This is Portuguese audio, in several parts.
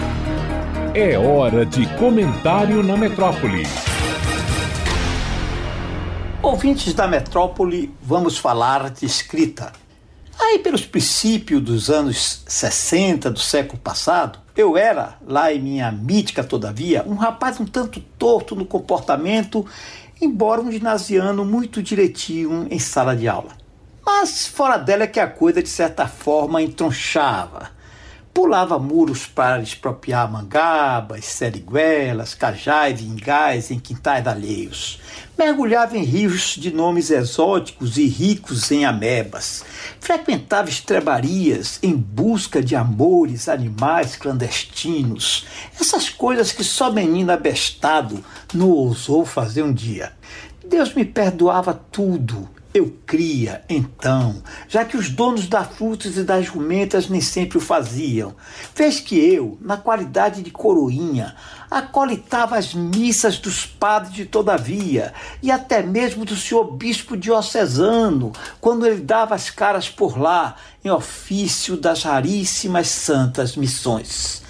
É hora de comentário na Metrópole. Ouvintes da Metrópole, vamos falar de escrita. Aí, pelos princípios dos anos 60 do século passado, eu era, lá em minha mítica todavia, um rapaz um tanto torto no comportamento, embora um ginasiano muito direitinho em sala de aula. Mas fora dela é que a coisa, de certa forma, entronchava. Pulava muros para expropriar mangabas, seriguelas, cajais e ingás em quintais alheios. Mergulhava em rios de nomes exóticos e ricos em amebas. Frequentava estrebarias em busca de amores animais clandestinos. Essas coisas que só menino abestado não ousou fazer um dia. Deus me perdoava tudo. Eu cria, então, já que os donos das frutas e das jumentas nem sempre o faziam. Fez que eu, na qualidade de coroinha, acolitava as missas dos padres de todavia e até mesmo do senhor bispo diocesano, quando ele dava as caras por lá, em ofício das raríssimas santas missões.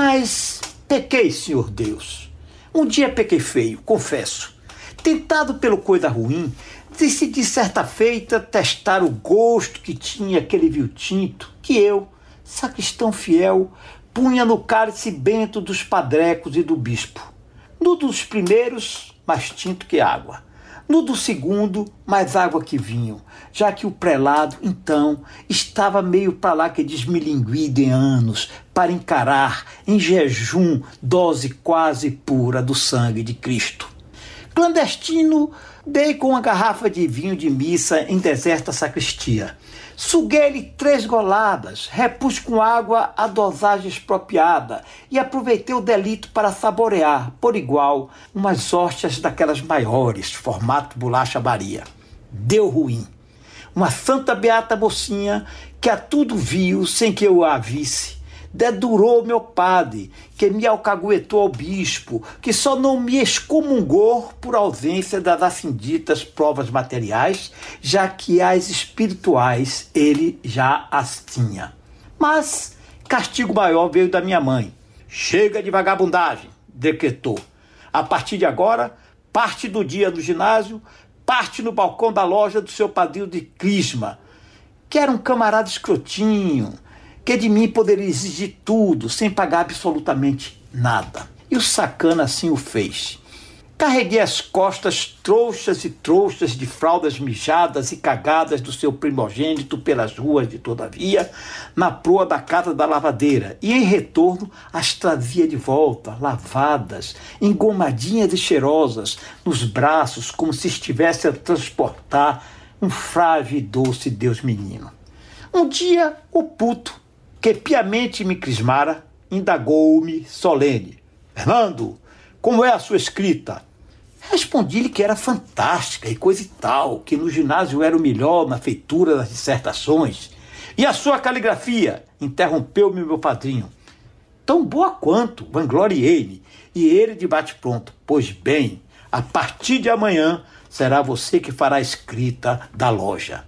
Mas pequei, Senhor Deus. Um dia pequei feio, confesso. Tentado pelo coisa ruim, decidi certa feita testar o gosto que tinha aquele vinho tinto que eu, sacristão fiel, punha no cálice bento dos padrecos e do bispo. No dos primeiros, mais tinto que água. No do segundo, mais água que vinho, já que o prelado, então, estava meio para lá que desmilinguido em anos, para encarar, em jejum, dose quase pura do sangue de Cristo. Clandestino, dei com uma garrafa de vinho de missa em deserta sacristia. Suguei-lhe 3 goladas, repus com água a dosagem expropriada e aproveitei o delito para saborear, por igual, umas hóstias daquelas maiores, formato bolacha Maria. Deu ruim. Uma santa beata mocinha que a tudo viu sem que eu a visse. Dedurou meu padre, que me alcaguetou ao bispo, que só não me excomungou por ausência das acinditas provas materiais, já que as espirituais ele já as tinha. Mas castigo maior veio da minha mãe. Chega de vagabundagem, decretou. A partir de agora, parte do dia no ginásio, parte no balcão da loja do seu padrinho de crisma, que era um camarada escrotinho, que de mim poderia exigir tudo, sem pagar absolutamente nada. E o sacana assim o fez. Carreguei as costas trouxas e trouxas de fraldas mijadas e cagadas do seu primogênito pelas ruas de todavia, na proa da casa da lavadeira, e em retorno as trazia de volta, lavadas, engomadinhas e cheirosas, nos braços, como se estivesse a transportar um frágil e doce Deus menino. Um dia, o puto, que piamente me crismara, indagou-me solene. Fernando, como é a sua escrita? Respondi-lhe que era fantástica e coisa e tal, que no ginásio era o melhor na feitura das dissertações. E a sua caligrafia? Interrompeu-me meu padrinho. Tão boa quanto, vangloriei-me. E ele de bate-pronto. Pois bem, a partir de amanhã será você que fará a escrita da loja.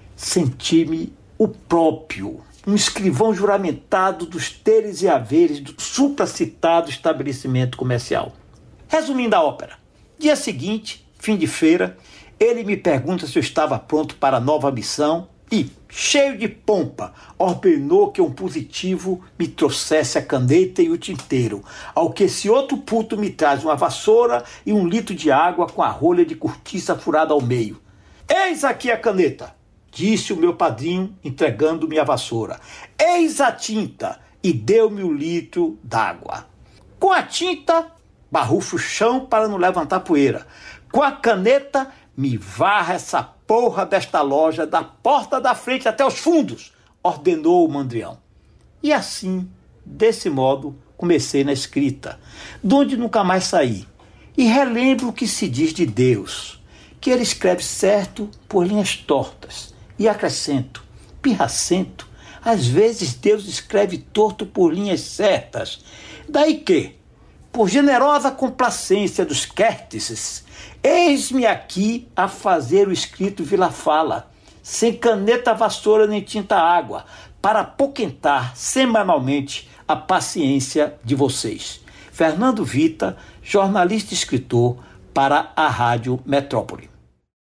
Senti-me o próprio, um escrivão juramentado dos teres e haveres do supracitado estabelecimento comercial. Resumindo a ópera, dia seguinte, fim de feira, ele me pergunta se eu estava pronto para a nova missão e, cheio de pompa, ordenou que um positivo me trouxesse a caneta e o tinteiro, ao que esse outro puto me traz uma vassoura e 1 litro de água com a rolha de cortiça furada ao meio. Eis aqui a caneta, disse o meu padrinho, entregando-me a vassoura. Eis a tinta, e deu-me 1 litro d'água. Com a tinta, barrufo o chão para não levantar poeira. Com a caneta, me varra essa porra desta loja da porta da frente até os fundos, ordenou o mandrião. E assim, desse modo, comecei na escrita, de onde nunca mais saí. E relembro o que se diz de Deus, que ele escreve certo por linhas tortas. E acrescento, pirracento, às vezes Deus escreve torto por linhas certas. Daí que, por generosa complacência dos quértices, eis-me aqui a fazer o escrito Vila-Fala, sem caneta, vassoura nem tinta água, para apoquentar semanalmente a paciência de vocês. Fernando Vita, jornalista e escritor para a Rádio Metrópole.